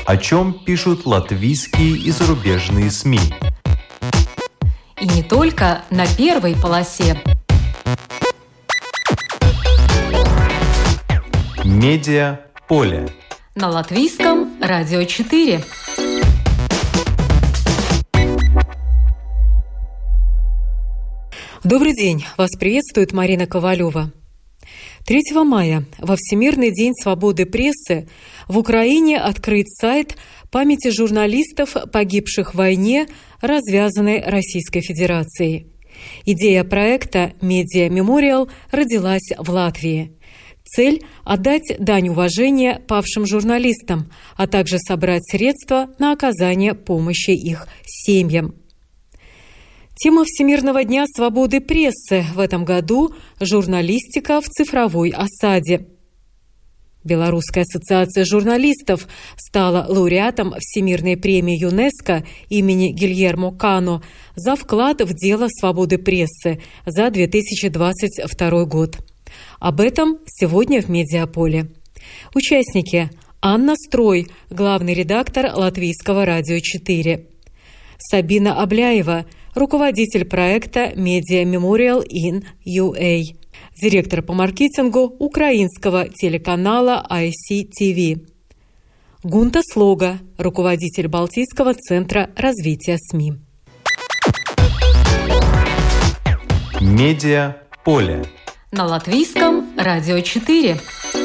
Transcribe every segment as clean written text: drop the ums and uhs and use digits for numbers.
О чем пишут латвийские и зарубежные СМИ. И не только на первой полосе. Медиаполе. На Латвийском радио 4. Добрый день! Вас приветствует Марина Ковалева. 3 мая, во Всемирный день свободы прессы, в Украине открыт сайт памяти журналистов, погибших в войне, развязанной Российской Федерацией. Идея проекта «Медиа Мемориал» родилась в Латвии. Цель – отдать дань уважения павшим журналистам, а также собрать средства на оказание помощи их семьям. Тема Всемирного дня свободы прессы в этом году – журналистика в цифровой осаде. Белорусская ассоциация журналистов стала лауреатом Всемирной премии ЮНЕСКО имени Гильермо Кано за вклад в дело свободы прессы за 2022 год. Об этом сегодня в Медиаполе. Участники: Анна Строй, главный редактор Латвийского радио 4. Сабина Абляева, руководитель проекта Media Memorial in UA, директор по маркетингу украинского телеканала ICTV. Гунта Слога, руководитель Балтийского центра развития СМИ. Медиаполе. На Латвийском радио 4.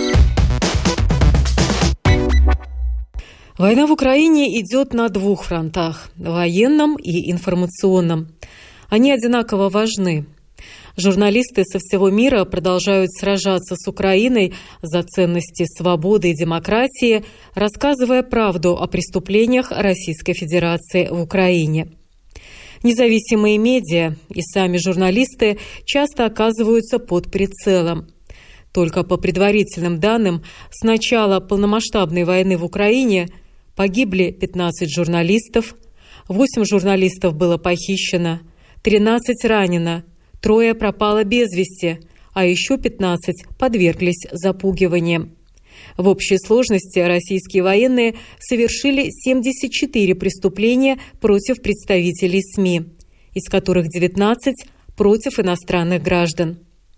Война в Украине идет на двух фронтах – военном и информационном. Они одинаково важны. Журналисты со всего мира продолжают сражаться с Украиной за ценности свободы и демократии, рассказывая правду о преступлениях Российской Федерации в Украине. Независимые медиа и сами журналисты часто оказываются под прицелом. Только по предварительным данным, с начала полномасштабной войны в Украине погибли 15 журналистов, 8 журналистов было похищено, 13 ранено, 3 пропало без вести, а еще 15 подверглись запугиваниям. В общей сложности российские военные совершили 74 преступления против представителей СМИ, из которых 19 против иностранных граждан.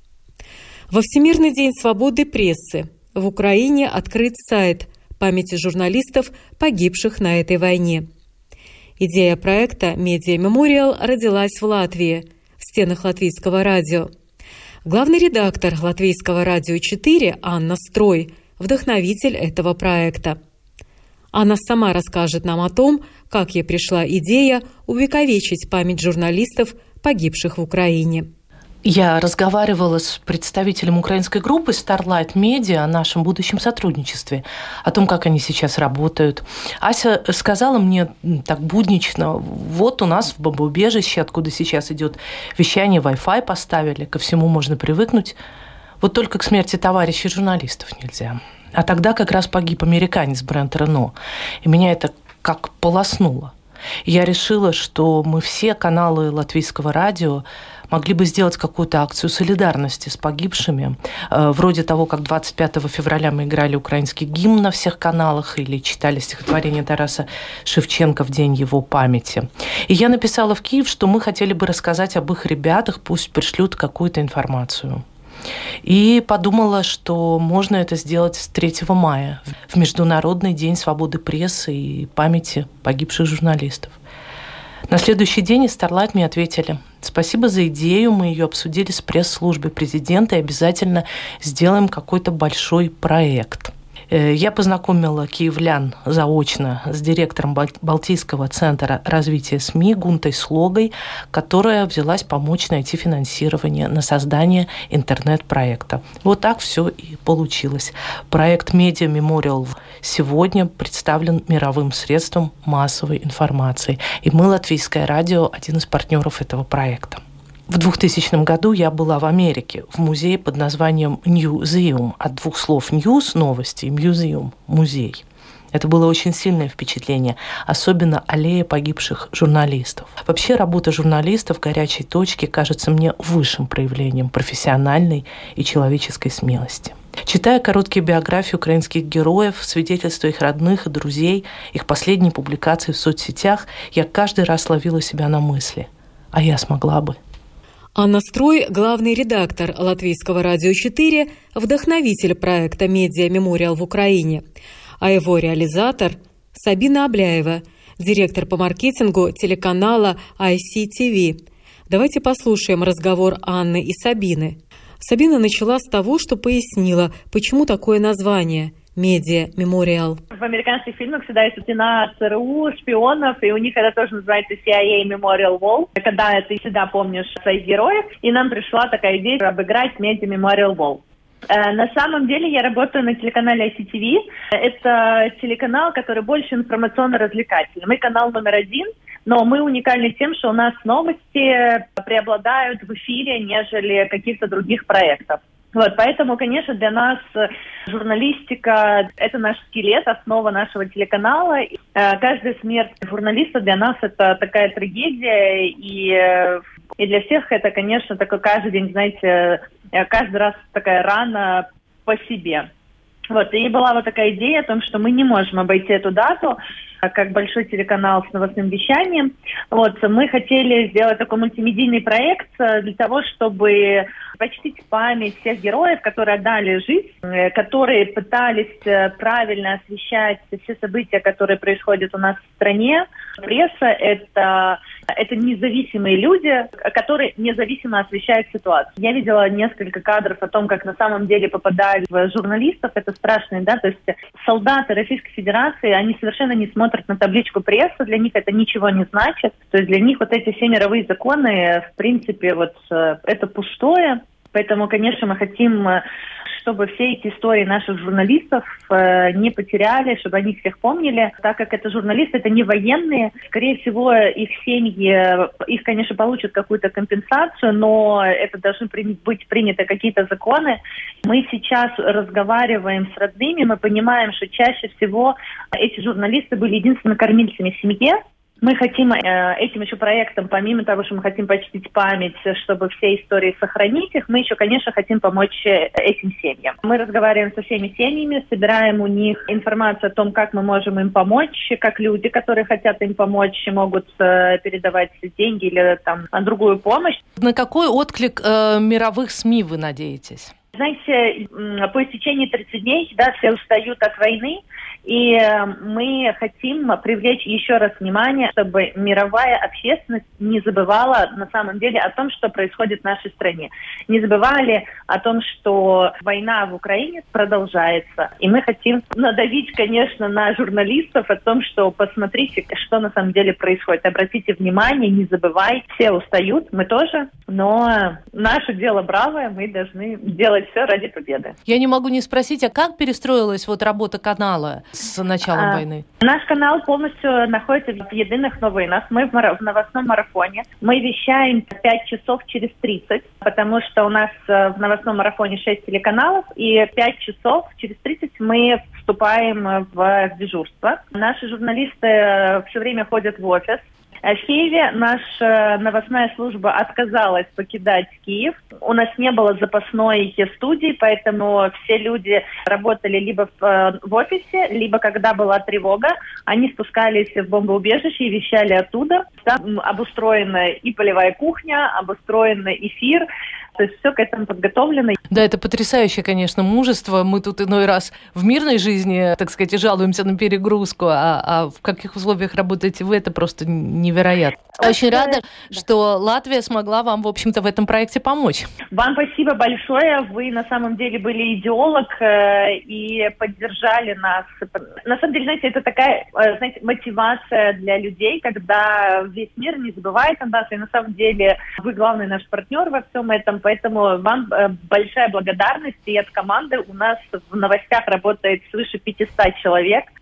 Во Всемирный день свободы прессы в Украине открыт сайт памяти журналистов, погибших на этой войне. Идея проекта «Медиа Мемориал» родилась в Латвии, в стенах Латвийского радио. Главный редактор Латвийского радио 4 Анна Строй – вдохновитель этого проекта. Анна сама расскажет нам о том, как ей пришла идея увековечить память журналистов, погибших в Украине. Я разговаривала с представителем украинской группы Starlight Media о нашем будущем сотрудничестве, о том, как они сейчас работают. Ася сказала мне так буднично: вот у нас в бомбоубежище, откуда сейчас идет вещание, Wi-Fi поставили, ко всему можно привыкнуть. Вот только к смерти товарищей журналистов нельзя. А тогда как раз погиб американец Брент Рено. И меня это как полоснуло. Я решила, что мы все каналы Латвийского радио могли бы сделать какую-то акцию солидарности с погибшими, вроде того, как 25 февраля мы играли украинский гимн на всех каналах или читали стихотворение Тараса Шевченко в день его памяти. И я написала в Киев, что мы хотели бы рассказать об их ребятах, пусть пришлют какую-то информацию. И подумала, что можно это сделать с 3 мая, в Международный день свободы прессы и памяти погибших журналистов. На следующий день из Starlight мне ответили: спасибо за идею, мы ее обсудили с пресс-службой президента и обязательно сделаем какой-то большой проект. Я познакомила киевлян заочно с директором Балтийского центра развития СМИ Гунтой Слогой, которая взялась помочь найти финансирование на создание интернет-проекта. Вот так все и получилось. Проект Media Memorial сегодня представлен мировым средством массовой информации. И мы, Латвийское радио, один из партнеров этого проекта. В 2000 году я была в Америке, в музее под названием Newseum. От двух слов «news» – новости, и «museum» – музей. Это было очень сильное впечатление, особенно аллея погибших журналистов. Вообще работа журналистов в горячей точке кажется мне высшим проявлением профессиональной и человеческой смелости. Читая короткие биографии украинских героев, свидетельства их родных и друзей, их последние публикации в соцсетях, я каждый раз ловила себя на мысли: а я смогла бы. Анна Строй, главный редактор Латвийского радио 4, вдохновитель проекта «Медиа Мемориал» в Украине, а его реализатор – Сабина Абляева, директор по маркетингу телеканала ICTV. Давайте послушаем разговор Анны и Сабины. Сабина начала с того, что пояснила, почему такое название «Медиа Мемориал». В американских фильмах всегда есть стена ЦРУ, шпионов, и у них это тоже называется CIA Memorial Wall, когда ты всегда помнишь своих героев, и нам пришла такая идея обыграть Media Memorial Wall. На самом деле я работаю на телеканале ICTV. Это телеканал, который больше информационно-развлекательный. Мы канал номер 1, но мы уникальны тем, что у нас новости преобладают в эфире, нежели каких-то других проектов. Вот, поэтому, конечно, для нас журналистика – это наш скелет, основа нашего телеканала. Каждая смерть журналиста для нас – это такая трагедия, и для всех это, конечно, такой каждый день, знаете, каждый раз такая рана по себе. Вот, и была вот такая идея о том, что мы не можем обойти эту дату, как большой телеканал с новостным вещанием. Вот, мы хотели сделать такой мультимедийный проект для того, чтобы почтить память всех героев, которые отдали жизнь, которые пытались правильно освещать все события, которые происходят у нас в стране. Пресса – это независимые люди, которые независимо освещают ситуацию. Я видела несколько кадров о том, как на самом деле попадали в журналистов. Это страшно, да? То есть солдаты Российской Федерации, они совершенно не смотрят на табличку прессы, для них это ничего не значит. То есть для них вот эти все мировые законы, в принципе, вот это пустое. Поэтому, конечно, мы хотим, чтобы все эти истории наших журналистов не потеряли, чтобы они всех помнили. Так как это журналисты, это не военные, скорее всего, их семьи, их, конечно, получат какую-то компенсацию, но это должны быть приняты какие-то законы. Мы сейчас разговариваем с родными, мы понимаем, что чаще всего эти журналисты были единственными кормильцами в семье. Мы хотим этим еще проектом, помимо того, что мы хотим почтить память, чтобы все истории сохранить их, мы еще, конечно, хотим помочь этим семьям. Мы разговариваем со всеми семьями, собираем у них информацию о том, как мы можем им помочь, как люди, которые хотят им помочь, могут передавать деньги или там другую помощь. На какой отклик мировых СМИ вы надеетесь? Знаете, по истечении 30 дней, да, все устают от войны, и мы хотим привлечь еще раз внимание, чтобы мировая общественность не забывала на самом деле о том, что происходит в нашей стране. Не забывали о том, что война в Украине продолжается. И мы хотим надавить, конечно, на журналистов о том, что посмотрите, что на самом деле происходит. Обратите внимание, не забывайте. Все устают, мы тоже, но наше дело бравое, мы должны делать все ради победы. Я не могу не спросить, а как перестроилась вот работа канала с началом войны? Наш канал полностью находится в единых новинах. Мы в новостном марафоне. Мы вещаем 5 часов через 30, потому что у нас в новостном марафоне 6 телеканалов, и 5 часов через 30 мы вступаем в дежурство. Наши журналисты все время ходят в офис. В Киеве наша новостная служба отказалась покидать Киев. У нас не было запасной студии, поэтому все люди работали либо в офисе, либо когда была тревога, они спускались в бомбоубежище и вещали оттуда. Там обустроена и полевая кухня, обустроен эфир. То есть все к этому подготовлено. Да, это потрясающее, конечно, мужество. Мы тут иной раз в мирной жизни, так сказать, жалуемся на перегрузку, а в каких условиях работаете вы, это просто невероятно. Очень рада, что Латвия смогла вам, в общем-то, в этом проекте помочь. Вам спасибо большое. Вы на самом деле были идеолог и поддержали нас. На самом деле, знаете, это такая, знаете, мотивация для людей, когда весь мир не забывает о нас. И на самом деле вы главный наш партнер во всем этом. Поэтому вам большая благодарность. И от команды у нас в новостях работает свыше 500 человек.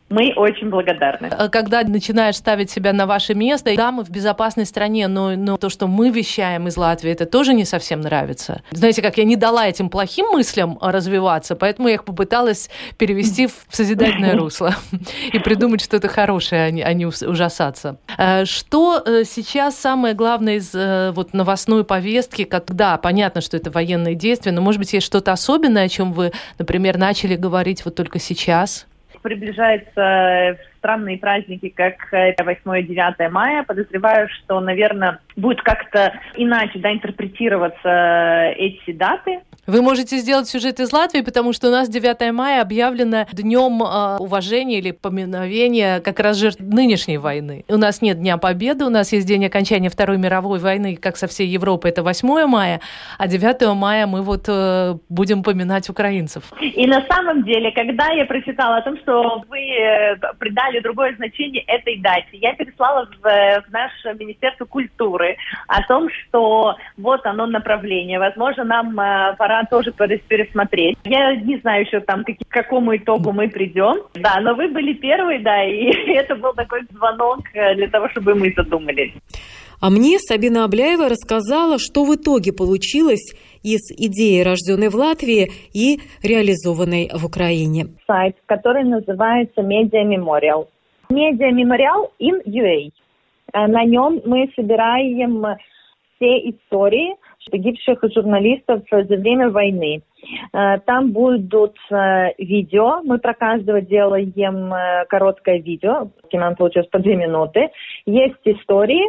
Мы очень благодарны. Когда начинаешь ставить себя на ваше место, да, мы в безопасной стране, но то, что мы вещаем из Латвии, это тоже не совсем нравится. Знаете, как я не дала этим плохим мыслям развиваться, поэтому я их попыталась перевести в созидательное русло и придумать что-то хорошее, а не ужасаться. Что сейчас самое главное из новостной повестки? Да, понятно, что это военные действия, но, может быть, есть что-то особенное, о чем вы, например, начали говорить вот только сейчас? Приближаются странные праздники, как 8 и 9 мая. Подозреваю, что, наверное, будет как-то иначе интерпретироваться эти даты. Вы можете сделать сюжет из Латвии, потому что у нас 9 мая объявлено днем уважения или поминовения как раз жертв нынешней войны. У нас нет Дня Победы, у нас есть день окончания Второй мировой войны, как со всей Европой, это 8 мая, а 9 мая мы будем поминать украинцев. И на самом деле, когда я прочитала о том, что вы придали другое значение этой дате, я переслала в наше Министерство культуры о том, что вот оно направление, возможно, нам пора тоже пересмотреть. Я не знаю еще к какому итогу мы придем. Да, но вы были первые, да, и это был такой звонок для того, чтобы мы задумались. А мне Сабина Абляева рассказала, что в итоге получилось из идеи, рожденной в Латвии и реализованной в Украине. Сайт, который называется Media Memorial. Media Memorial in UA. На нем мы собираем все истории погибших журналистов за время войны. Там будут видео, мы про каждого делаем короткое видео, нам получилось по 2 минуты. Есть истории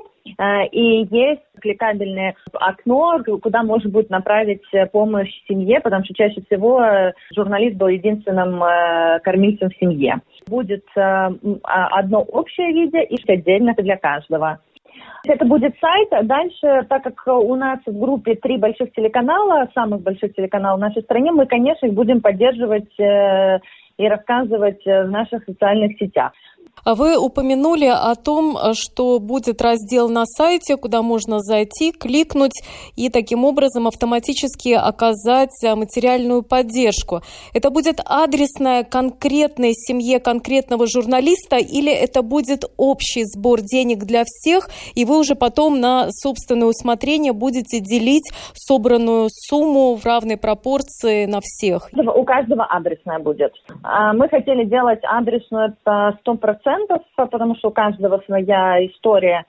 и есть кликабельное окно, куда можно будет направить помощь семье, потому что чаще всего журналист был единственным кормильцем в семье. Будет одно общее видео и отдельно для каждого. Это будет сайт. Дальше, так как у нас в группе 3 больших телеканала, самых больших телеканалов в нашей стране, мы, конечно, их будем поддерживать и рассказывать в наших социальных сетях. Вы упомянули о том, что будет раздел на сайте, куда можно зайти, кликнуть и таким образом автоматически оказать материальную поддержку. Это будет адресная конкретной семье конкретного журналиста или это будет общий сбор денег для всех, и вы уже потом на собственное усмотрение будете делить собранную сумму в равной пропорции на всех? У каждого адресная будет. Мы хотели делать адресную 100%, потому что у каждого своя история,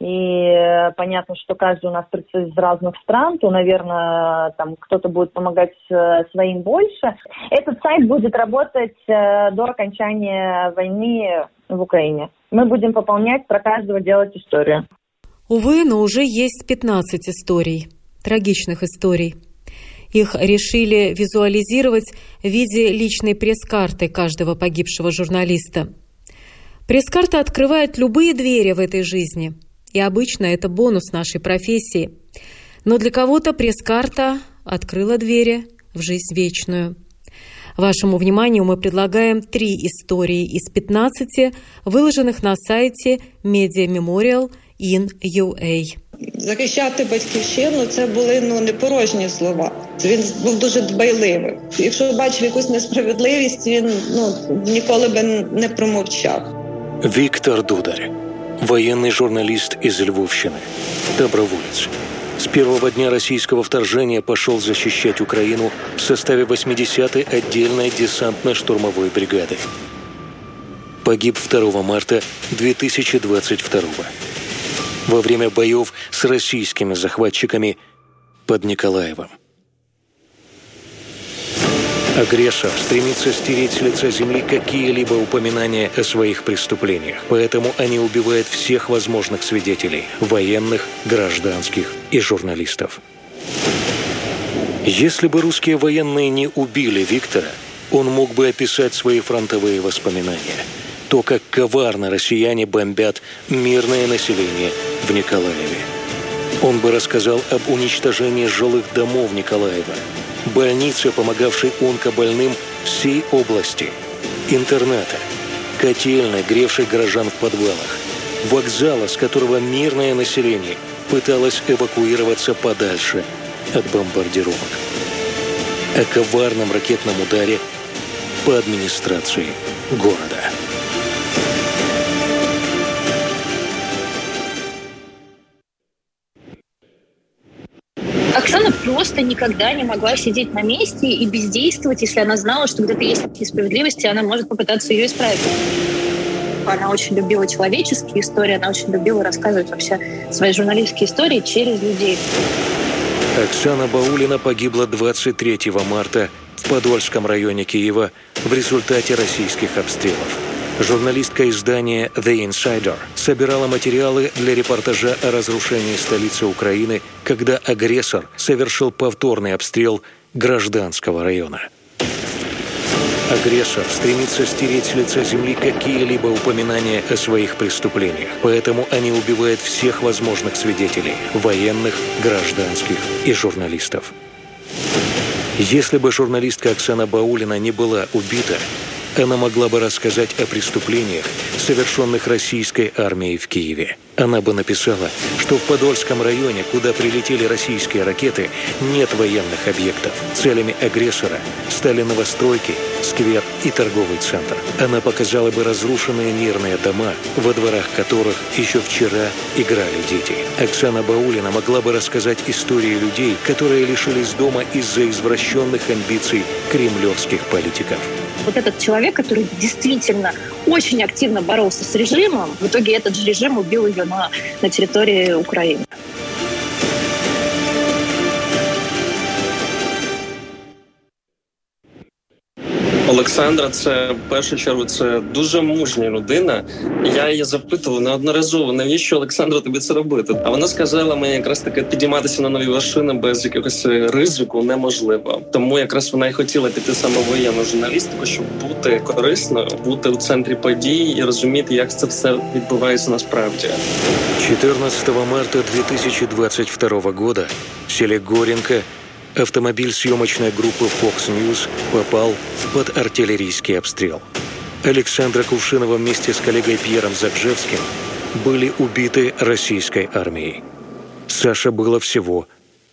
и понятно, что каждый у нас представитель из разных стран, то, наверное, там кто-то будет помогать своим больше. Этот сайт будет работать до окончания войны в Украине. Мы будем пополнять, про каждого делать историю. Увы, но уже есть 15 историй, трагичных историй. Их решили визуализировать в виде личной пресс-карты каждого погибшего журналиста. Пресс-карта открывает любые двери в этой жизни, и обычно это бонус нашей профессии. Но для кого-то пресс-карта открыла двери в жизнь вечную. Вашему вниманию мы предлагаем 3 истории из 15, выложенных на сайте Media Memorial in UA. Захищати батьківщину – це були не порожні слова. Він був дуже дбайливий. Якщо бачив якусь несправедливість, він ніколи би не промовчав. Виктор Дударь, военный журналист из Львовщины, доброволец. С первого дня российского вторжения пошел защищать Украину в составе 80-й отдельной десантно-штурмовой бригады. Погиб 2 марта 2022 во время боев с российскими захватчиками под Николаевом. Агрессор стремится стереть с лица земли какие-либо упоминания о своих преступлениях, поэтому они убивают всех возможных свидетелей – военных, гражданских и журналистов. Если бы русские военные не убили Виктора, он мог бы описать свои фронтовые воспоминания. То, как коварно россияне бомбят мирное население в Николаеве. Он бы рассказал об уничтожении жилых домов Николаева, больницы, помогавшей онкобольным всей области, интерната, котельной, гревшей горожан в подвалах, вокзала, с которого мирное население пыталось эвакуироваться подальше от бомбардировок, о коварном ракетном ударе по администрации города. просто никогда не могла сидеть на месте и бездействовать, если она знала, что где-то есть несправедливость, и она может попытаться ее исправить. Она очень любила человеческие истории, она очень любила рассказывать вообще свои журналистские истории через людей. Оксана Баулина погибла 23 марта в Подольском районе Киева в результате российских обстрелов. Журналистка издания The Insider собирала материалы для репортажа о разрушении столицы Украины, когда агрессор совершил повторный обстрел гражданского района. Агрессор стремится стереть с лица земли какие-либо упоминания о своих преступлениях, поэтому они убивают всех возможных свидетелей – военных, гражданских и журналистов. Если бы журналистка Оксана Баулина не была убита, она могла бы рассказать о преступлениях, совершенных российской армией в Киеве. Она бы написала, что в Подольском районе, куда прилетели российские ракеты, нет военных объектов. Целями агрессора стали новостройки, сквер и торговый центр. Она показала бы разрушенные мирные дома, во дворах которых еще вчера играли дети. Оксана Баулина могла бы рассказать истории людей, которые лишились дома из-за извращенных амбиций кремлевских политиков. Вот этот человек, который действительно очень активно боролся с режимом, в итоге этот же режим убил ее на территории Украины. Олександра, це в першу чергу це дуже мужня людина. Я її запитував неодноразово, навіщо, Олександра, тобі це робити? А вона сказала мені, якраз таки підійматися на нові вершини без якогось ризику неможливо. Тому якраз вона і хотіла піти саме в воєнну журналістику, щоб бути корисною, бути у центрі подій і розуміти, як це все відбувається насправді. 14 марта 2022 года в селе Горенко автомобиль съемочной группы Fox News попал под артиллерийский обстрел. Александра Кувшинова вместе с коллегой Пьером Загжевским были убиты российской армией. Саше было всего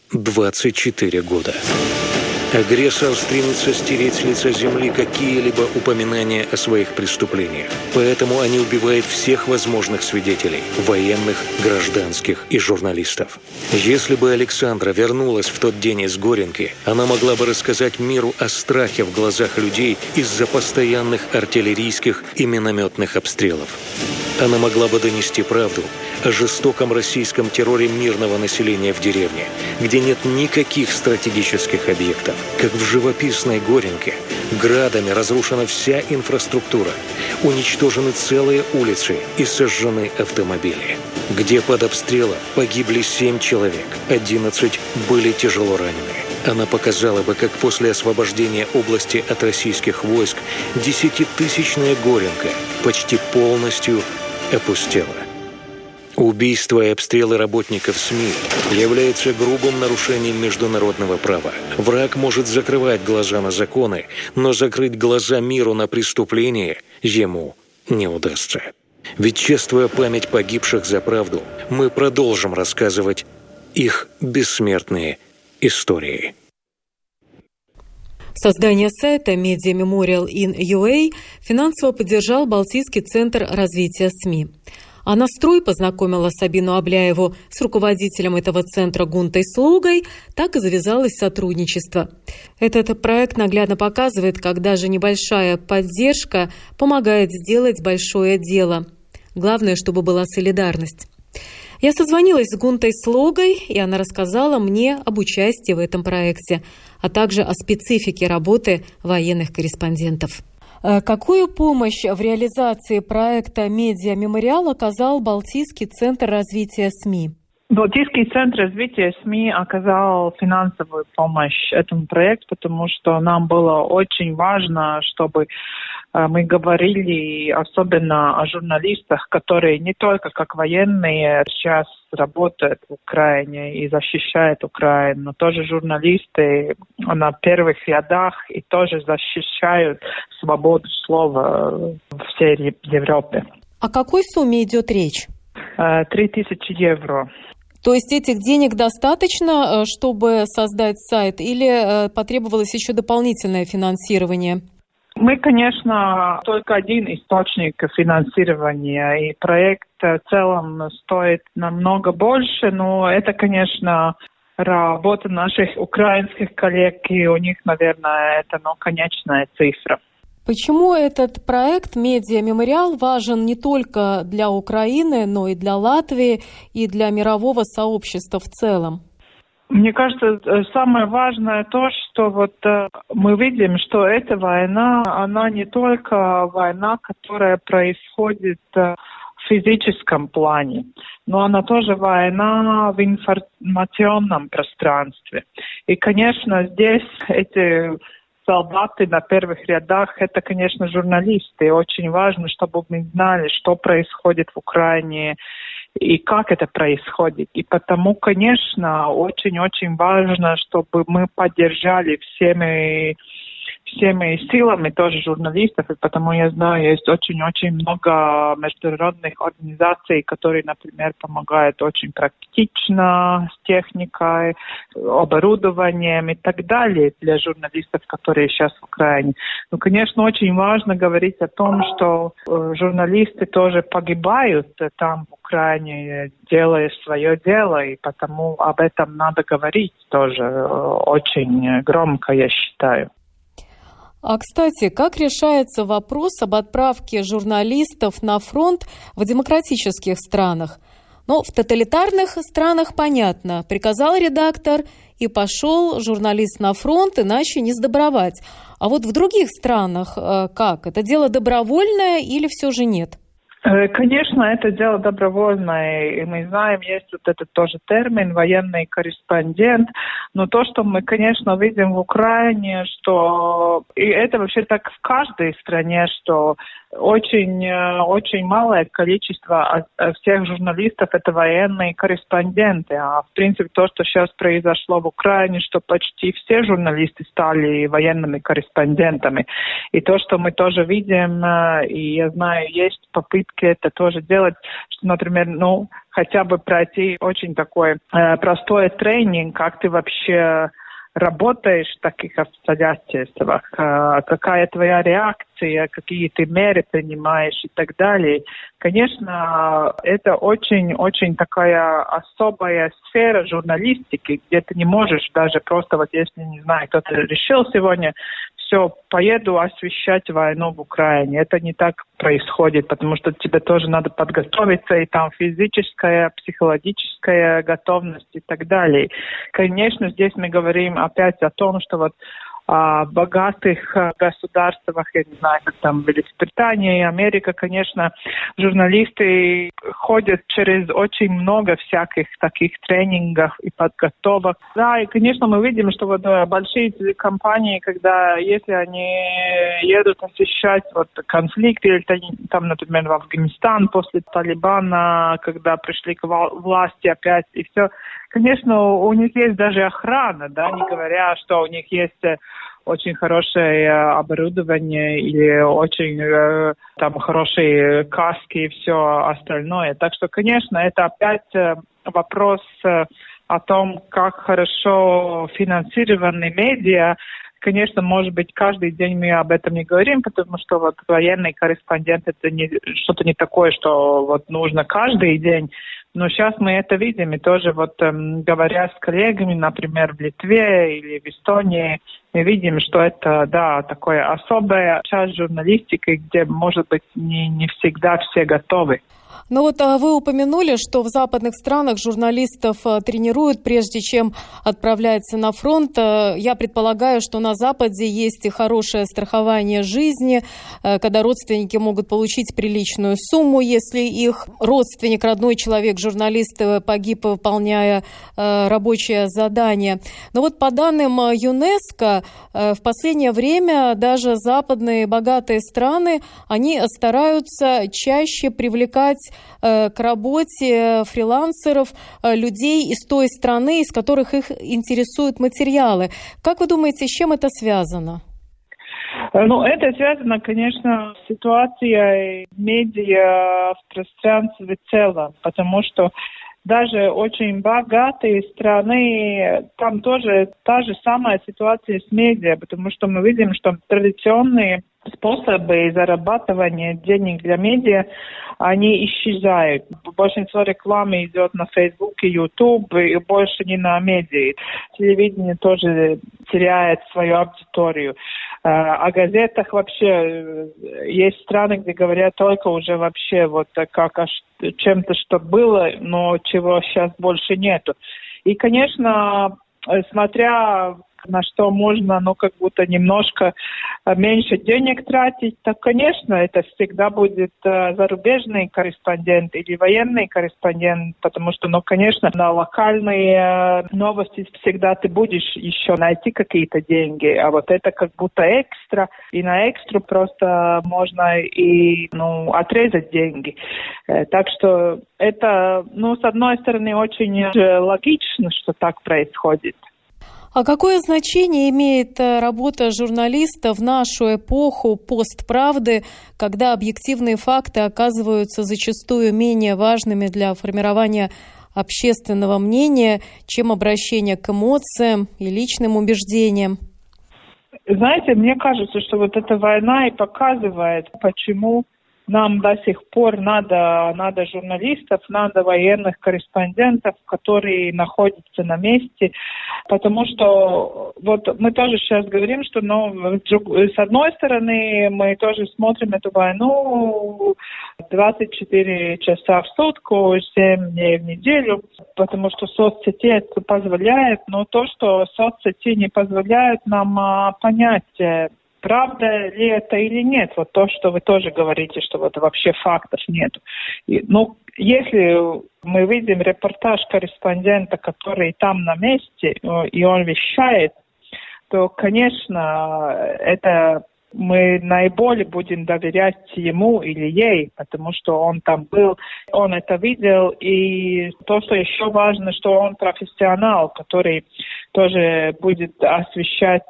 24 года. Агрессор стремится стереть с лица земли какие-либо упоминания о своих преступлениях. Поэтому они убивают всех возможных свидетелей – военных, гражданских и журналистов. Если бы Александра вернулась в тот день из Горенки, она могла бы рассказать миру о страхе в глазах людей из-за постоянных артиллерийских и минометных обстрелов. Она могла бы донести правду о жестоком российском терроре мирного населения в деревне, где нет никаких стратегических объектов. Как в живописной Горенке, градами разрушена вся инфраструктура, уничтожены целые улицы и сожжены автомобили. Где под обстрелом погибли 7 человек, 11 были тяжело ранены. Она показала бы, как после освобождения области от российских войск 10-тысячная Горенка почти полностью опустела. Убийства и обстрелы работников СМИ являются грубым нарушением международного права. Враг может закрывать глаза на законы, но закрыть глаза миру на преступления ему не удастся. Ведь, чествуя память погибших за правду, мы продолжим рассказывать их бессмертные истории. Создание сайта Media Memorial in UA финансово поддержал Балтийский центр развития СМИ. А настрой познакомила Сабину Абляеву с руководителем этого центра Гунтой Слугой, так и завязалось сотрудничество. Этот проект наглядно показывает, как даже небольшая поддержка помогает сделать большое дело. Главное, чтобы была солидарность. Я созвонилась с Гунтой Слугой, и она рассказала мне об участии в этом проекте, а также о специфике работы военных корреспондентов. Какую помощь в реализации проекта «Медиа Мемориал» оказал Балтийский центр развития СМИ? Балтийский центр развития СМИ оказал финансовую помощь этому проекту, потому что нам было очень важно, чтобы мы говорили особенно о журналистах, которые не только как военные сейчас работают в Украине и защищают Украину, но тоже журналисты на первых рядах и тоже защищают свободу слова в всей Европе. О какой сумме идет речь? 3000 евро. То есть этих денег достаточно, чтобы создать сайт, или потребовалось еще дополнительное финансирование? Мы, конечно, только один источник финансирования, и проект в целом стоит намного больше, но это, конечно, работа наших украинских коллег, и у них, наверное, это конечная цифра. Почему этот проект «Медиа-мемориал» важен не только для Украины, но и для Латвии, и для мирового сообщества в целом? Мне кажется, самое важное то, что мы видим, что эта война, она не только война, которая происходит в физическом плане, но она тоже война в информационном пространстве. И, конечно, здесь эти солдаты на первых рядах, это, конечно, журналисты. И очень важно, чтобы мы знали, что происходит в Украине и как это происходит. И потому, конечно, очень-очень важно, чтобы мы поддержали всеми силами тоже журналистов, и потому я знаю, есть очень-очень много международных организаций, которые, например, помогают очень практично с техникой, оборудованием и так далее для журналистов, которые сейчас в Украине. Но, конечно, очень важно говорить о том, что журналисты тоже погибают там в Украине, делая свое дело, и потому об этом надо говорить тоже очень громко, я считаю. А, кстати, как решается вопрос об отправке журналистов на фронт в демократических странах? В тоталитарных странах понятно. Приказал редактор, и пошел журналист на фронт, иначе не сдобровать. А вот в других странах как? Это дело добровольное или все же нет? Конечно, это дело добровольное, и мы знаем, есть этот тоже термин «военный корреспондент», но то, что мы, конечно, видим в Украине, что и это вообще так в каждой стране, что очень малое количество всех журналистов это военные корреспонденты, а в принципе то, что сейчас произошло в Украине, что почти все журналисты стали военными корреспондентами, и то, что мы тоже видим, и я знаю, есть попытки это тоже делать, что, например, хотя бы пройти очень такой простой тренинг, как ты вообще работаешь в таких обстоятельствах, какая твоя реакция, какие ты меры принимаешь и так далее. Конечно, это очень-очень такая особая сфера журналистики, где ты не можешь даже просто, если, не знаю, кто-то решил сегодня, все, поеду освещать войну в Украине. Это не так происходит, потому что тебе тоже надо подготовиться, и там физическая, психологическая готовность и так далее. Конечно, здесь мы говорим опять о том, что в богатых государствах, я не знаю, как там Великобритания и Америка, конечно, журналисты ходят через очень много всяких таких тренингов и подготовок. Да, и, конечно, мы видим, что большие компании, если они едут освещать конфликт, или там, например, в Афганистан после Талибана, когда пришли к власти опять, и все, конечно, у них есть даже охрана, да, не говоря, что у них есть очень хорошее оборудование или очень хорошие каски и все остальное. Так что, конечно, это опять вопрос о том, как хорошо финансированы медиа. Конечно, может быть, каждый день мы об этом не говорим, потому что военный корреспондент это что-то не такое, что нужно каждый день. Но сейчас мы это видим, и тоже говоря с коллегами, например, в Литве или в Эстонии, мы видим, что это, да, такая особая часть журналистики, где, может быть, не всегда все готовы. Но вы упомянули, что в западных странах журналистов тренируют, прежде чем отправляться на фронт. Я предполагаю, что на Западе есть и хорошее страхование жизни, когда родственники могут получить приличную сумму, если их родственник, родной человек, журналист погиб, выполняя рабочее задание. Но по данным ЮНЕСКО, в последнее время даже западные богатые страны, они стараются чаще привлекать к работе фрилансеров, людей из той страны, из которых их интересуют материалы. Как вы думаете, с чем это связано? Это связано, конечно, с ситуацией медиа в пространстве в целом, потому что даже очень богатые страны, там тоже та же самая ситуация с медиа, потому что мы видим, что традиционные способы зарабатывания денег для медиа, они исчезают. Большинство рекламы идет на Facebook и YouTube, и больше не на медиа. Телевидение тоже теряет свою аудиторию. О газетах вообще есть страны, где говорят только уже вообще вот как о чем-то, что было, но чего сейчас больше нету. И, конечно, смотря на что можно, как будто немножко меньше денег тратить, так, конечно, это всегда будет зарубежный корреспондент или военный корреспондент, потому что, конечно, на локальные новости всегда ты будешь еще найти какие-то деньги, а вот это как будто экстра, и на экстру просто можно и, отрезать деньги. Так что это, с одной стороны, очень логично, что так происходит. А какое значение имеет работа журналиста в нашу эпоху постправды, когда объективные факты оказываются зачастую менее важными для формирования общественного мнения, чем обращение к эмоциям и личным убеждениям? Знаете, мне кажется, что вот эта война и показывает, почему нам до сих пор надо журналистов, надо военных корреспондентов, которые находятся на месте, потому что вот мы тоже сейчас говорим, что с одной стороны мы тоже смотрим эту войну 24 часа в сутки, 7 дней в неделю, потому что соцсети это позволяют, но то, что соцсети не позволяют нам понять, правда ли это или нет? Вот то, что вы тоже говорите, что вот вообще фактов нет. Если мы видим репортаж корреспондента, который там на месте, и он вещает, то, конечно, это мы наиболее будем доверять ему или ей, потому что он там был, он это видел. И то, что еще важно, что он профессионал, который тоже будет освещать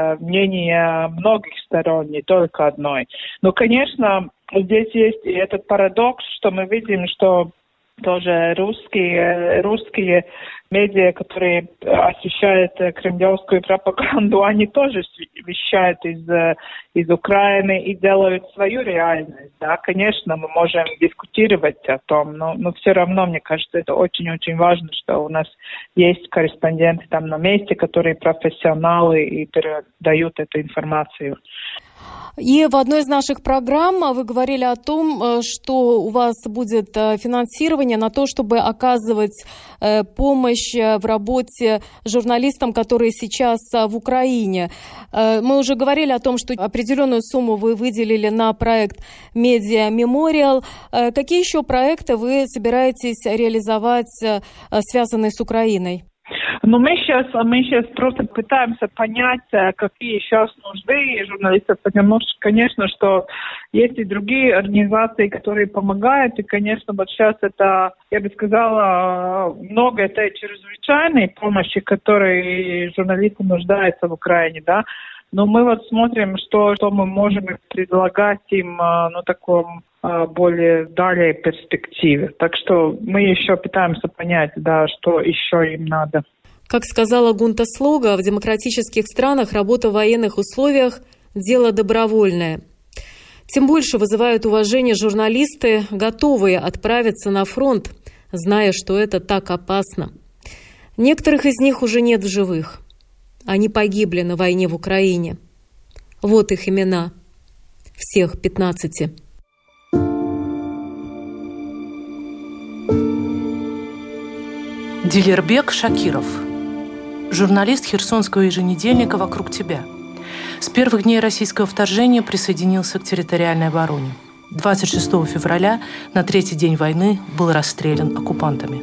мнение многих сторон, не только одной. Но, конечно, здесь есть и этот парадокс, что мы видим, что тоже русские медиа, которые освещают кремлевскую пропаганду, они тоже вещают из Украины и делают свою реальность. Да, конечно, мы можем дискутировать о том, но все равно, мне кажется, это очень-очень важно, что у нас есть корреспонденты там на месте, которые профессионалы и передают эту информацию. И в одной из наших программ вы говорили о том, что у вас будет финансирование на то, чтобы оказывать помощь в работе журналистам, которые сейчас в Украине. Мы уже говорили о том, что определенную сумму вы выделили на проект Media Memorial. Какие еще проекты вы собираетесь реализовать, связанные с Украиной? Мы сейчас просто пытаемся понять, какие сейчас нужды журналистов, потому что, конечно, что есть и другие организации, которые помогают, и, конечно, вот сейчас это, я бы сказала, много этой чрезвычайной помощи, которой журналисты нуждаются в Украине, да. Но мы вот смотрим, что мы можем предлагать им, таком более далее перспективе. Так что мы еще пытаемся понять, да, что еще им надо. Как сказала Гунта Слога, в демократических странах работа в военных условиях – дело добровольное. Тем больше вызывают уважение журналисты, готовые отправиться на фронт, зная, что это так опасно. Некоторых из них уже нет в живых. Они погибли на войне в Украине. Вот их имена. Всех 15. Дилербек Шакиров, журналист херсонского еженедельника «Вокруг тебя». С первых дней российского вторжения присоединился к территориальной обороне. 26 февраля, на третий день войны, был расстрелян оккупантами.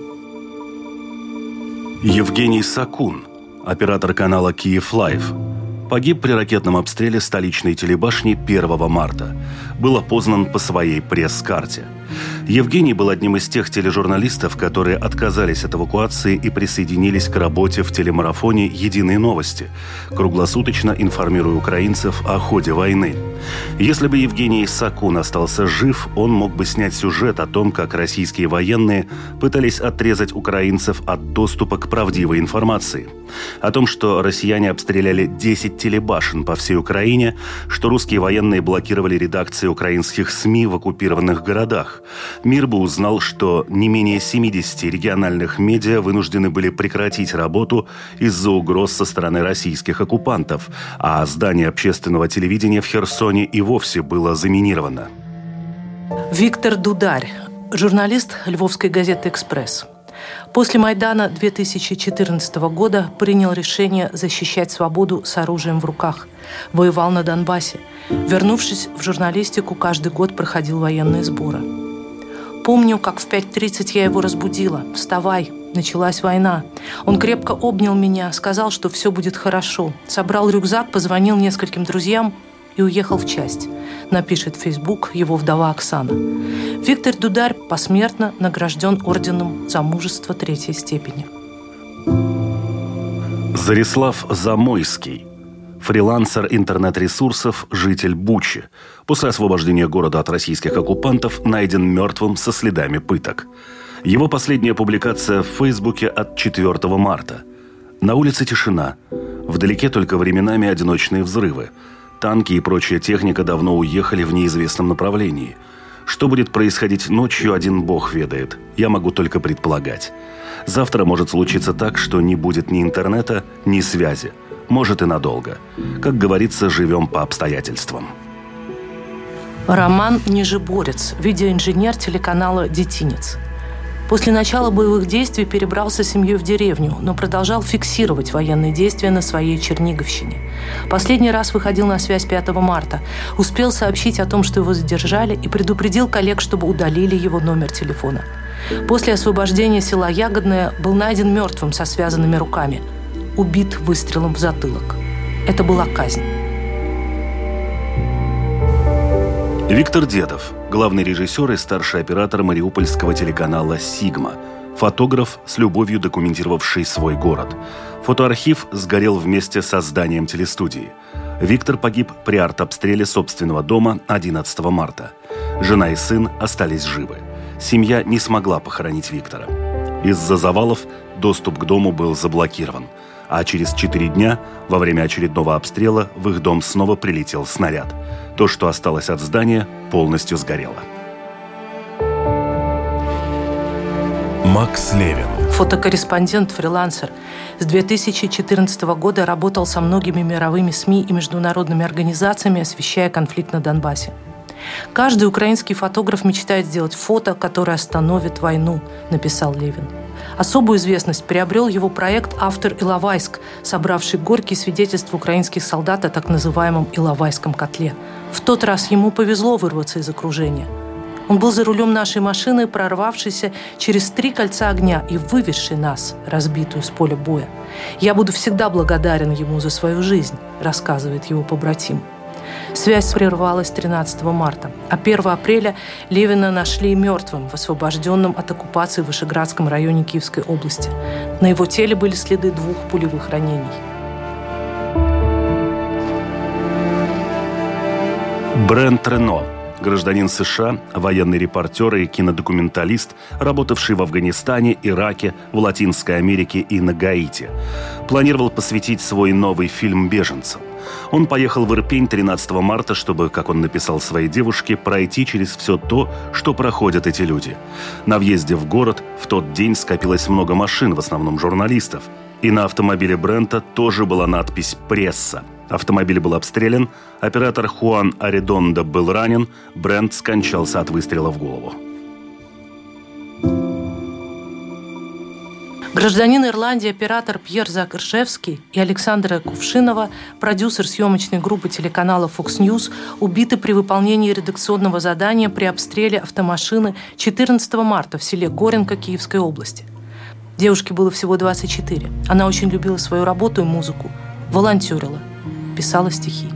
Евгений Сакун, оператор канала «Киев Лайв», погиб при ракетном обстреле столичной телебашни 1 марта. Был опознан по своей пресс-карте – Евгений был одним из тех тележурналистов, которые отказались от эвакуации и присоединились к работе в телемарафоне «Единые новости», круглосуточно информируя украинцев о ходе войны. Если бы Евгений Сакун остался жив, он мог бы снять сюжет о том, как российские военные пытались отрезать украинцев от доступа к правдивой информации. О том, что россияне обстреляли 10 телебашен по всей Украине, что русские военные блокировали редакции украинских СМИ в оккупированных городах. Мир бы узнал, что не менее 70 региональных медиа вынуждены были прекратить работу из-за угроз со стороны российских оккупантов, а здание общественного телевидения в Херсоне и вовсе было заминировано. Виктор Дударь, журналист львовской газеты «Экспресс». После Майдана 2014 года принял решение защищать свободу с оружием в руках. Воевал на Донбассе. Вернувшись в журналистику, каждый год проходил военные сборы. Помню, как в 5:30 я его разбудила. «Вставай, началась война». Он крепко обнял меня, сказал, что все будет хорошо. Собрал рюкзак, позвонил нескольким друзьям и уехал в часть. Напишет в Facebook его вдова Оксана. Виктор Дударь посмертно награжден орденом за мужество 3-й степени. Зарислав Замойский. Фрилансер интернет-ресурсов, житель Бучи. После освобождения города от российских оккупантов найден мертвым со следами пыток. Его последняя публикация в Фейсбуке от 4 марта. На улице тишина. Вдалеке только временами одиночные взрывы. Танки и прочая техника давно уехали в неизвестном направлении. Что будет происходить ночью, один бог ведает. Я могу только предполагать. Завтра может случиться так, что не будет ни интернета, ни связи. Может и надолго. Как говорится, живем по обстоятельствам. Роман Нижеборец, видеоинженер телеканала «Детинец». После начала боевых действий перебрался с семьей в деревню, но продолжал фиксировать военные действия на своей Черниговщине. Последний раз выходил на связь 5 марта. Успел сообщить о том, что его задержали, и предупредил коллег, чтобы удалили его номер телефона. После освобождения села Ягодное был найден мертвым со связанными руками. Убит выстрелом в затылок. Это была казнь. Виктор Дедов, главный режиссер и старший оператор мариупольского телеканала «Сигма», фотограф, с любовью документировавший свой город. Фотоархив сгорел вместе со зданием телестудии. Виктор погиб при артобстреле собственного дома 11 марта. Жена и сын остались живы. Семья не смогла похоронить Виктора. Из-за завалов доступ к дому был заблокирован. А через 4 дня, во время очередного обстрела, в их дом снова прилетел снаряд. То, что осталось от здания, полностью сгорело. Макс Левин. Фотокорреспондент, фрилансер. С 2014 года работал со многими мировыми СМИ и международными организациями, освещая конфликт на Донбассе. «Каждый украинский фотограф мечтает сделать фото, которое остановит войну», написал Левин. Особую известность приобрел его проект «Автор Иловайск», собравший горькие свидетельства украинских солдат о так называемом Иловайском котле. В тот раз ему повезло вырваться из окружения. Он был за рулем нашей машины, прорвавшейся через 3 кольца огня и вывезший нас, разбитую с поля боя. «Я буду всегда благодарен ему за свою жизнь», рассказывает его побратим. Связь прервалась 13 марта, а 1 апреля Левина нашли мертвым в освобожденном от оккупации Вышеградском районе Киевской области. На его теле были следы 2 пулевых ранений. Брент Рено, гражданин США, военный репортер и кинодокументалист, работавший в Афганистане, Ираке, в Латинской Америке и на Гаити. Планировал посвятить свой новый фильм беженцам. Он поехал в Ирпень 13 марта, чтобы, как он написал своей девушке, пройти через все то, что проходят эти люди. На въезде в город в тот день скопилось много машин, в основном журналистов. И на автомобиле Брента тоже была надпись «Пресса». Автомобиль был обстрелян, оператор Хуан Арредондо был ранен, Брент скончался от выстрела в голову. Гражданин Ирландии, оператор Пьер Закршевский и Александра Кувшинова, продюсер съемочной группы телеканала Fox News, убиты при выполнении редакционного задания при обстреле автомашины 14 марта в селе Горенко Киевской области. Девушке было всего 24. Она очень любила свою работу и музыку, волонтерила, писала стихи.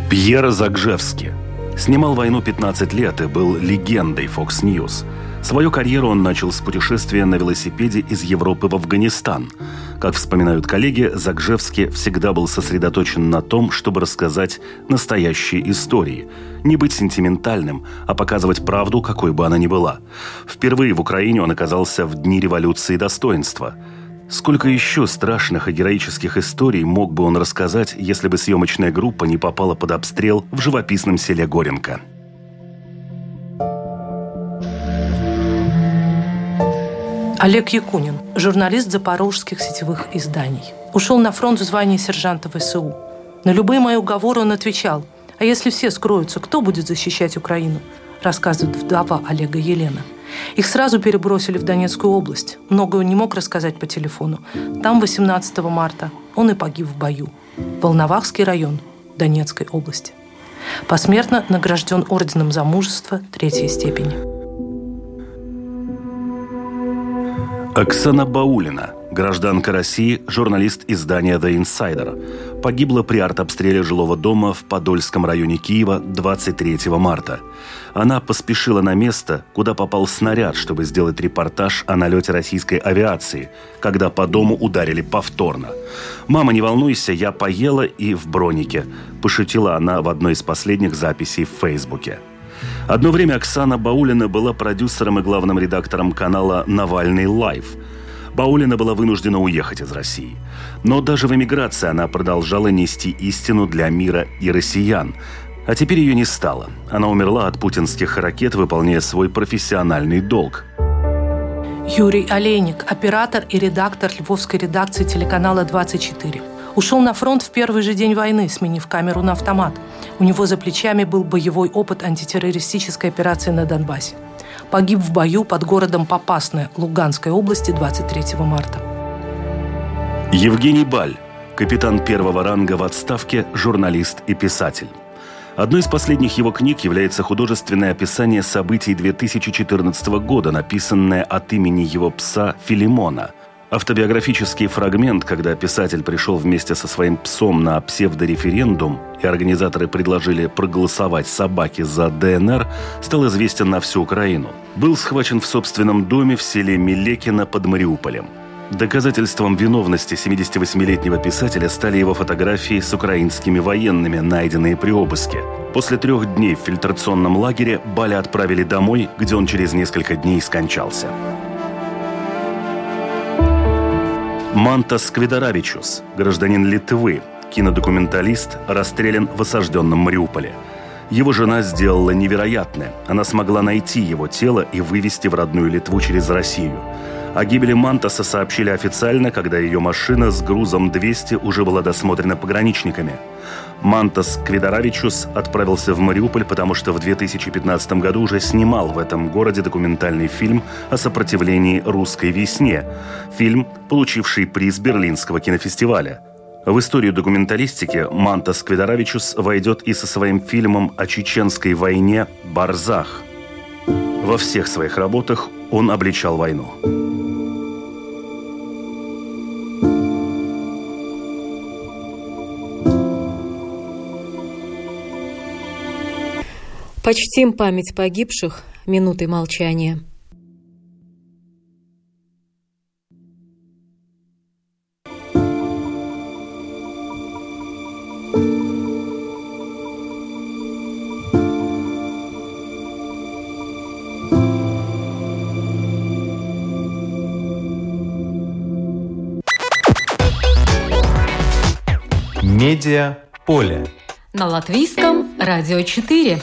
Пьер Загжевский. Снимал «Войну» 15 лет и был легендой Fox News. Свою карьеру он начал с путешествия на велосипеде из Европы в Афганистан. Как вспоминают коллеги, Загжевский всегда был сосредоточен на том, чтобы рассказать настоящие истории. Не быть сентиментальным, а показывать правду, какой бы она ни была. Впервые в Украине он оказался в дни революции достоинства. Сколько еще страшных и героических историй мог бы он рассказать, если бы съемочная группа не попала под обстрел в живописном селе Горенко? Олег Якунин, журналист запорожских сетевых изданий. Ушел на фронт в звании сержанта ВСУ. На любые мои уговоры он отвечал: «А если все скроются, кто будет защищать Украину?» Рассказывает вдова Олега Елена. Их сразу перебросили в Донецкую область. Многое он не мог рассказать по телефону. Там 18 марта он и погиб в бою. Волновахский район Донецкой области. Посмертно награжден орденом за мужество 3-й степени. Оксана Баулина, гражданка России, журналист издания «The Insider», погибла при артобстреле жилого дома в Подольском районе Киева 23 марта. Она поспешила на место, куда попал снаряд, чтобы сделать репортаж о налете российской авиации, когда по дому ударили повторно. «Мама, не волнуйся, я поела и в бронике», – пошутила она в одной из последних записей в Фейсбуке. Одно время Оксана Баулина была продюсером и главным редактором канала «Навальный Лайв». Баулина была вынуждена уехать из России. Но даже в эмиграции она продолжала нести истину для мира и россиян. А теперь ее не стало. Она умерла от путинских ракет, выполняя свой профессиональный долг. Юрий Олейник, оператор и редактор львовской редакции телеканала «24». Ушел на фронт в первый же день войны, сменив камеру на автомат. У него за плечами был боевой опыт антитеррористической операции на Донбассе. Погиб в бою под городом Попасная Луганской области 23 марта. Евгений Баль, капитан первого ранга в отставке, журналист и писатель. Одной из последних его книг является художественное описание событий 2014 года, написанное от имени его пса Филимона. Автобиографический фрагмент, когда писатель пришел вместе со своим псом на псевдореферендум, и организаторы предложили проголосовать собаке за ДНР, стал известен на всю Украину. Был схвачен в собственном доме в селе Милекино под Мариуполем. Доказательством виновности 78-летнего писателя стали его фотографии с украинскими военными, найденные при обыске. После 3 дней в фильтрационном лагере Баля отправили домой, где он через несколько дней скончался. Мантас Квидаравичус, гражданин Литвы, кинодокументалист, расстрелян в осажденном Мариуполе. Его жена сделала невероятное. Она смогла найти его тело и вывезти в родную Литву через Россию. О гибели Мантаса сообщили официально, когда ее машина с грузом 200 уже была досмотрена пограничниками. Мантас Квидаравичус отправился в Мариуполь, потому что в 2015 году уже снимал в этом городе документальный фильм о сопротивлении русской весне. Фильм, получивший приз Берлинского кинофестиваля. В историю документалистики Мантас Квидаравичус войдет и со своим фильмом о чеченской войне «Барзах». Во всех своих работах он обличал войну. Почтим память погибших минутой молчания. Медиаполе. На Латвийском радио 4.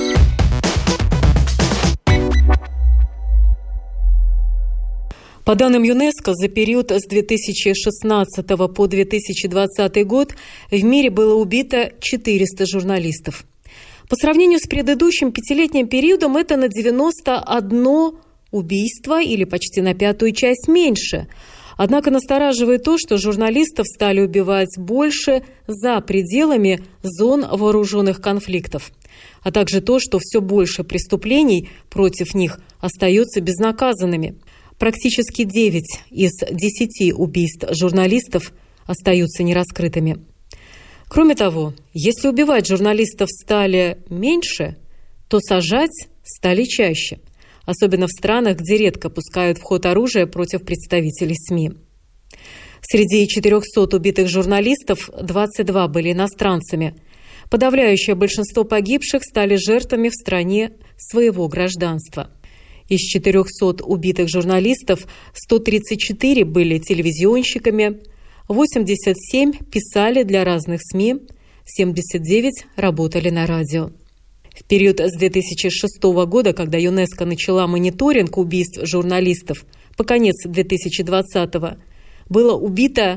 По данным ЮНЕСКО, за период с 2016 по 2020 год в мире было убито 400 журналистов. По сравнению с предыдущим 5-летним периодом это на 91 убийство или почти на 1/5 часть меньше. Однако настораживает то, что журналистов стали убивать больше за пределами зон вооруженных конфликтов, а также то, что все больше преступлений против них остаются безнаказанными. Практически 9 из 10 убийств журналистов остаются нераскрытыми. Кроме того, если убивать журналистов стали меньше, то сажать стали чаще, особенно в странах, где редко пускают в ход оружие против представителей СМИ. Среди 400 убитых журналистов 22 были иностранцами. Подавляющее большинство погибших стали жертвами в стране своего гражданства. Из 400 убитых журналистов 134 были телевизионщиками, 87 писали для разных СМИ, 79 работали на радио. В период с 2006 года, когда ЮНЕСКО начала мониторинг убийств журналистов, по конец 2020 было убито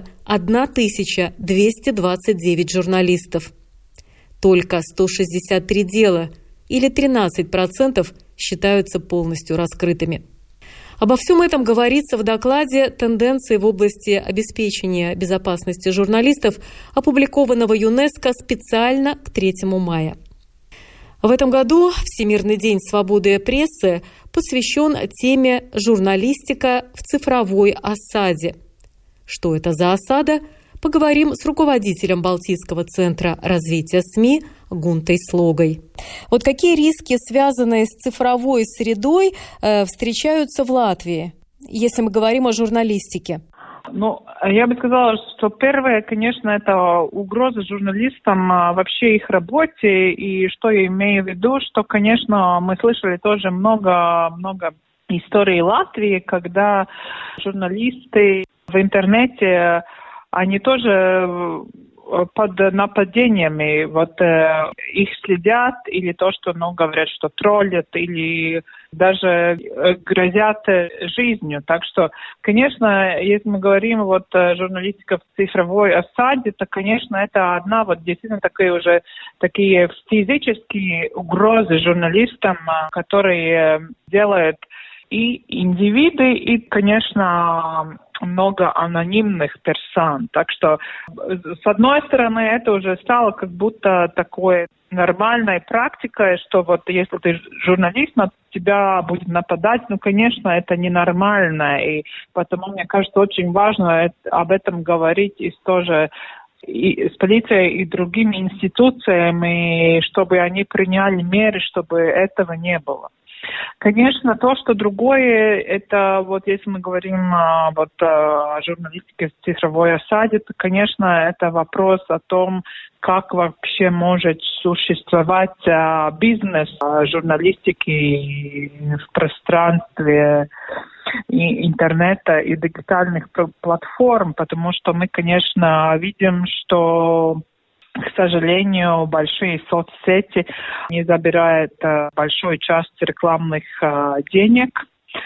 1229 журналистов. Только 163 дела, или 13%, считаются полностью раскрытыми. Обо всем этом говорится в докладе «Тенденции в области обеспечения безопасности журналистов», опубликованного ЮНЕСКО специально к 3 мая. В этом году Всемирный день свободы прессы посвящен теме «Журналистика в цифровой осаде». Что это за осада? Поговорим с руководителем Балтийского центра развития СМИ Гунтой Слогой. Вот какие риски, связанные с цифровой средой, встречаются в Латвии, если мы говорим о журналистике? Я бы сказала, что первое, конечно, это угроза журналистам вообще их работе. И что я имею в виду, что, конечно, мы слышали тоже много историй Латвии, когда журналисты в интернете, они тоже под нападениями, их следят, или то, что говорят, что троллят, или даже грозят жизнью. Так что, конечно, если мы говорим журналистика в цифровой осаде, то, конечно, это одна действительно такие физические угрозы журналистам, которые делают и индивиды, и, конечно, много анонимных персон. Так что, с одной стороны, это уже стало как будто такой нормальной практикой, что если ты журналист, на тебя будет нападать, конечно, это ненормально. И потому, мне кажется, очень важно об этом говорить и тоже и с полицией, и другими институциями, чтобы они приняли меры, чтобы этого не было. Конечно, то, что другое, это если мы говорим о журналистике в цифровой осаде, то, конечно, это вопрос о том, как вообще может существовать бизнес журналистики в пространстве и интернета и дигитальных платформ, потому что мы, конечно, видим, что, к сожалению, большие соцсети не забирают большую часть рекламных денег.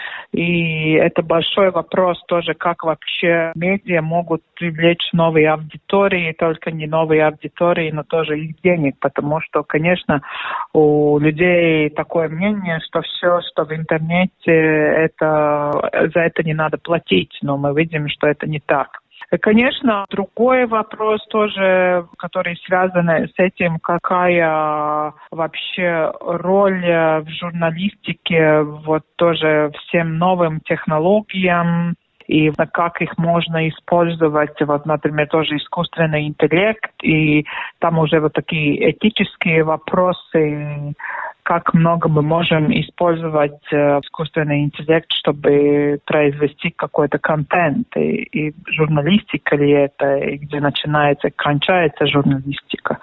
И это большой вопрос тоже, как вообще медиа могут привлечь новые аудитории, только не новые аудитории, но тоже их денег, потому что, конечно, у людей такое мнение, что все, что в интернете, за это не надо платить, но мы видим, что это не так. Конечно, другой вопрос тоже, который связан с этим, какая вообще роль в журналистике тоже всем новым технологиям и как их можно использовать, например, тоже искусственный интеллект, и там уже такие этические вопросы, как много мы можем использовать искусственный интеллект, чтобы произвести какой-то контент. И журналистика ли это, и где начинается и кончается журналистика.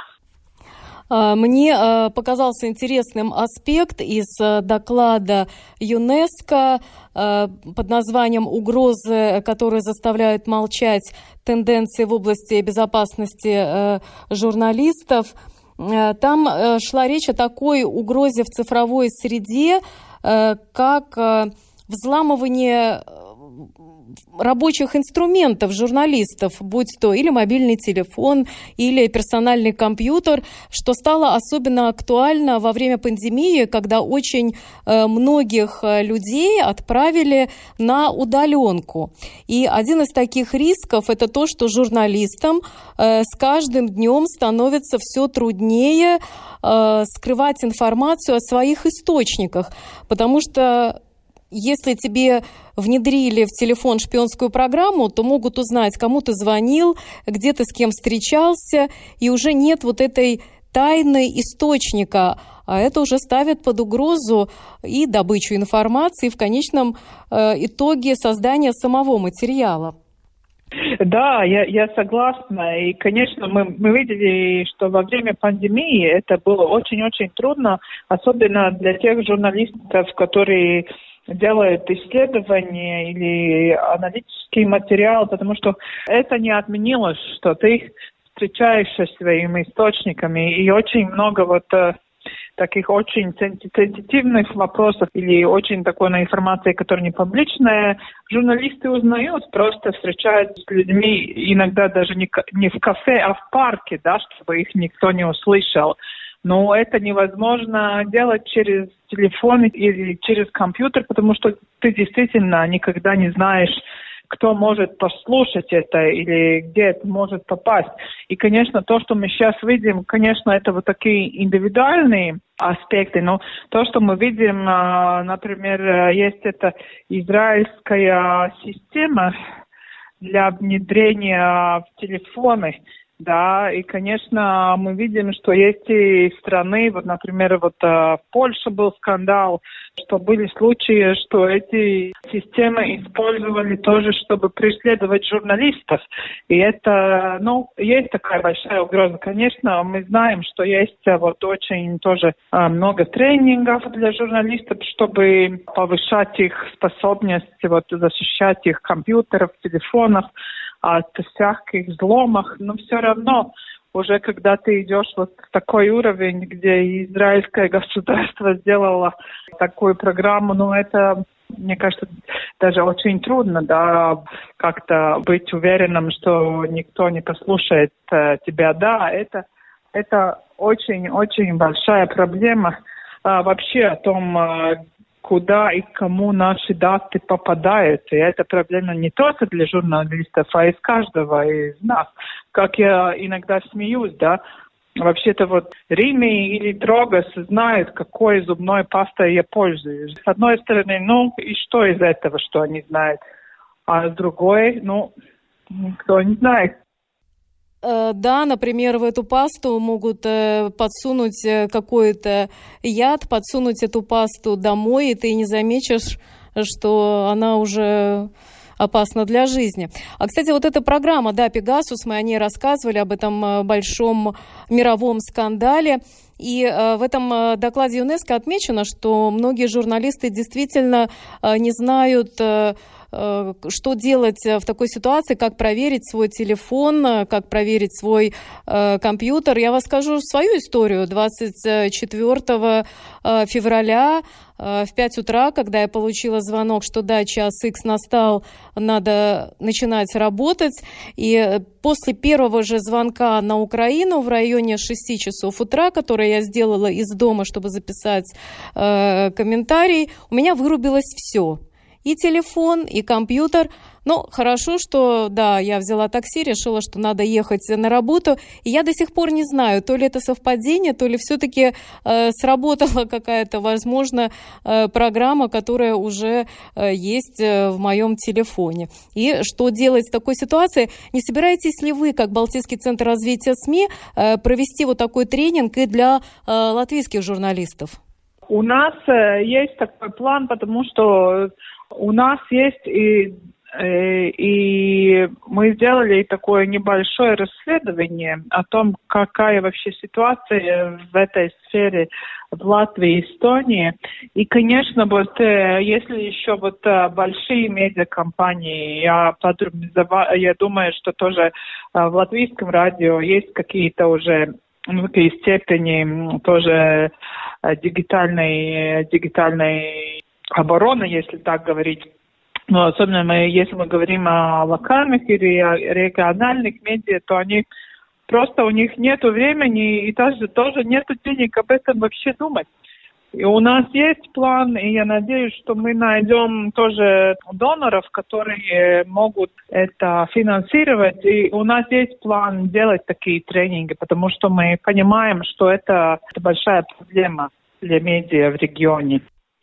Мне показался интересным аспект из доклада ЮНЕСКО под названием «Угрозы, которые заставляют молчать. Тенденции в области безопасности журналистов». Там шла речь о такой угрозе в цифровой среде, как взламывание рабочих инструментов журналистов, будь то или мобильный телефон, или персональный компьютер, что стало особенно актуально во время пандемии, когда очень многих людей отправили на удаленку. И один из таких рисков – это то, что журналистам с каждым днем становится все труднее скрывать информацию о своих источниках, потому что Если тебе внедрили в телефон шпионскую программу, то могут узнать, кому ты звонил, где ты с кем встречался, и уже нет вот этой тайны источника, а это уже ставит под угрозу и добычу информации, и в конечном итоге создание самого материала. Да, я согласна. И, конечно, мы видели, что во время пандемии это было очень-очень трудно, особенно для тех журналистов, которые делают исследования или аналитический материал, потому что это не отменило, что ты встречаешься со своими источниками, и очень много таких очень сенситивных вопросов или очень такой информации, которая не публичная, журналисты узнают, просто встречаются с людьми, иногда даже не в кафе, а в парке, да, чтобы их никто не услышал. Но это невозможно делать через телефон или через компьютер, потому что ты действительно никогда не знаешь, кто может послушать это или где это может попасть. И, конечно, то, что мы сейчас видим, конечно, это вот такие индивидуальные аспекты, но то, что мы видим, например, есть эта израильская система для внедрения в телефоны, да, и, конечно, мы видим, что есть и страны, вот, например, в Польше был скандал, что были случаи, что эти системы использовали тоже, чтобы преследовать журналистов. И это, есть такая большая угроза. Конечно, мы знаем, что есть очень тоже много тренингов для журналистов, чтобы повышать их способность защищать их компьютеров, телефонов от всяких взломов, но все равно уже когда ты идешь в такой уровень, где израильское государство сделало такую программу, это, мне кажется, даже очень трудно, да, как-то быть уверенным, что никто не послушает тебя. Да, это очень-очень большая проблема вообще о том, куда и кому наши даты попадают. И это проблема не только для журналистов, а из каждого из нас. Как я иногда смеюсь, да, вообще-то Риме или Трогас знают, какой зубной пастой я пользуюсь. С одной стороны, и что из этого, что они знают? А с другой, никто не знает. Да, например, в эту пасту могут подсунуть какой-то яд, подсунуть эту пасту домой, и ты не заметишь, что она уже опасна для жизни. А, кстати, эта программа, да, «Пегасус», мы о ней рассказывали, об этом большом мировом скандале. И в этом докладе ЮНЕСКО отмечено, что многие журналисты действительно не знают, что делать в такой ситуации, как проверить свой телефон, как проверить свой компьютер. Я вам скажу свою историю. 24 февраля в 5 утра, когда я получила звонок, что да, час X настал, надо начинать работать. И после первого же звонка на Украину в районе 6 часов утра, который я сделала из дома, чтобы записать комментарий, у меня вырубилось все. И телефон, и компьютер. Хорошо, что, да, я взяла такси, решила, что надо ехать на работу. И я до сих пор не знаю, то ли это совпадение, то ли все-таки сработала какая-то, возможно, программа, которая уже есть в моем телефоне. И что делать в такой ситуации? Не собираетесь ли вы, как Балтийский центр развития СМИ, провести такой тренинг и для латвийских журналистов? У нас есть такой план, потому что у нас есть и мы сделали такое небольшое расследование о том, какая вообще ситуация в этой сфере в Латвии и Эстонии. И, конечно, если еще большие медиакомпании, я думаю, что тоже в латвийском радио есть какие-то уже в какой степени тоже дигитальной обороны, если так говорить. Но особенно если мы говорим о локальных или региональных медиа, то у них нет времени и тоже нет денег об этом вообще думать. И у нас есть план, и я надеюсь, что мы найдем тоже доноров, которые могут это финансировать. И у нас есть план делать такие тренинги, потому что мы понимаем, что это большая проблема для медиа в регионе.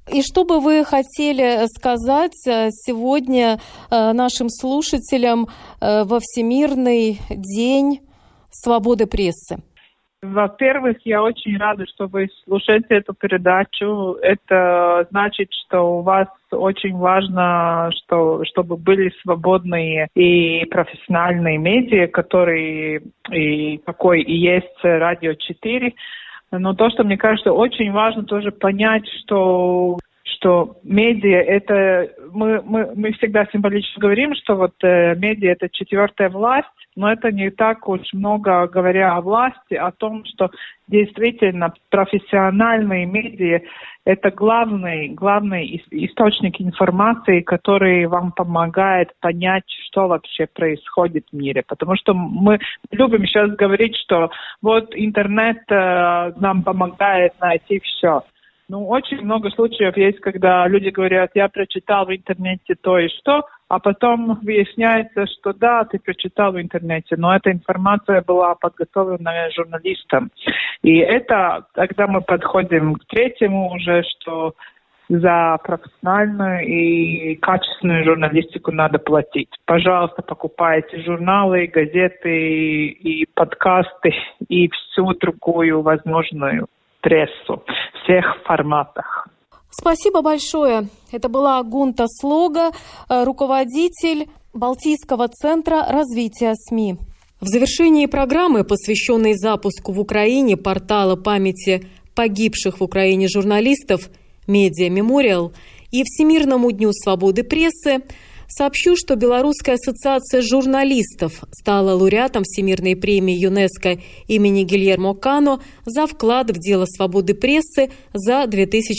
И что бы вы хотели сказать сегодня нашим слушателям во Всемирный день свободы прессы? Во-первых, я очень рада, что вы слушаете эту передачу. Это значит, что у вас очень важно, чтобы были свободные и профессиональные медиа, которые какой и есть Радио 4. Но то, что мне кажется, очень важно тоже понять, что медиа это мы всегда символично говорим, что вот медиа это четвертая власть, но это не так уж много, говоря о власти, о том, что действительно профессиональные медиа это главный источник информации, который вам помогает понять, что вообще происходит в мире. Потому что мы любим сейчас говорить, что вот интернет нам помогает найти все. Ну, очень много случаев есть, когда люди говорят, я прочитал в интернете то и что, а потом выясняется, что да, ты прочитал в интернете, но эта информация была подготовлена журналистом. И это, тогда мы подходим к третьему уже, что за профессиональную и качественную журналистику надо платить. Пожалуйста, покупайте журналы, газеты и подкасты и всю другую возможную прессу в всех форматах. Спасибо большое. Это была Гунта Слога, руководитель Балтийского центра развития СМИ. В завершении программы, посвященной запуску в Украине портала памяти погибших в Украине журналистов «Медиа Мемориал» и Всемирному дню свободы прессы, сообщу, что Белорусская ассоциация журналистов стала лауреатом Всемирной премии ЮНЕСКО имени Гильермо Кано за вклад в дело свободы прессы за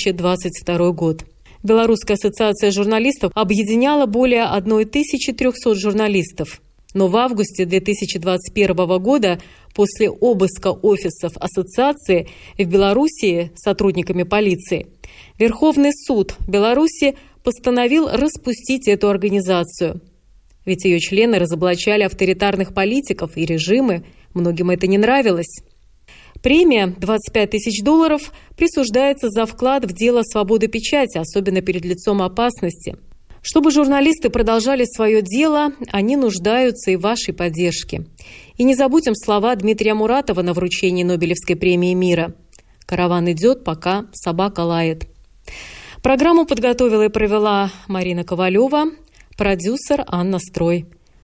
2022 год. Белорусская ассоциация журналистов объединяла более 1300 журналистов. Но в августе 2021 года, после обыска офисов ассоциации в Белоруссии сотрудниками полиции, Верховный суд Беларуси постановил распустить эту организацию. Ведь ее члены разоблачали авторитарных политиков и режимы, многим это не нравилось. Премия $25 тысяч присуждается за вклад в дело свободы печати, особенно перед лицом опасности. Чтобы журналисты продолжали свое дело, они нуждаются и в вашей поддержке. И не забудем слова Дмитрия Муратова на вручении Нобелевской премии мира. «Караван идет, пока собака лает». Программу подготовила и провела Марина Ковалева, продюсер Анна Строй.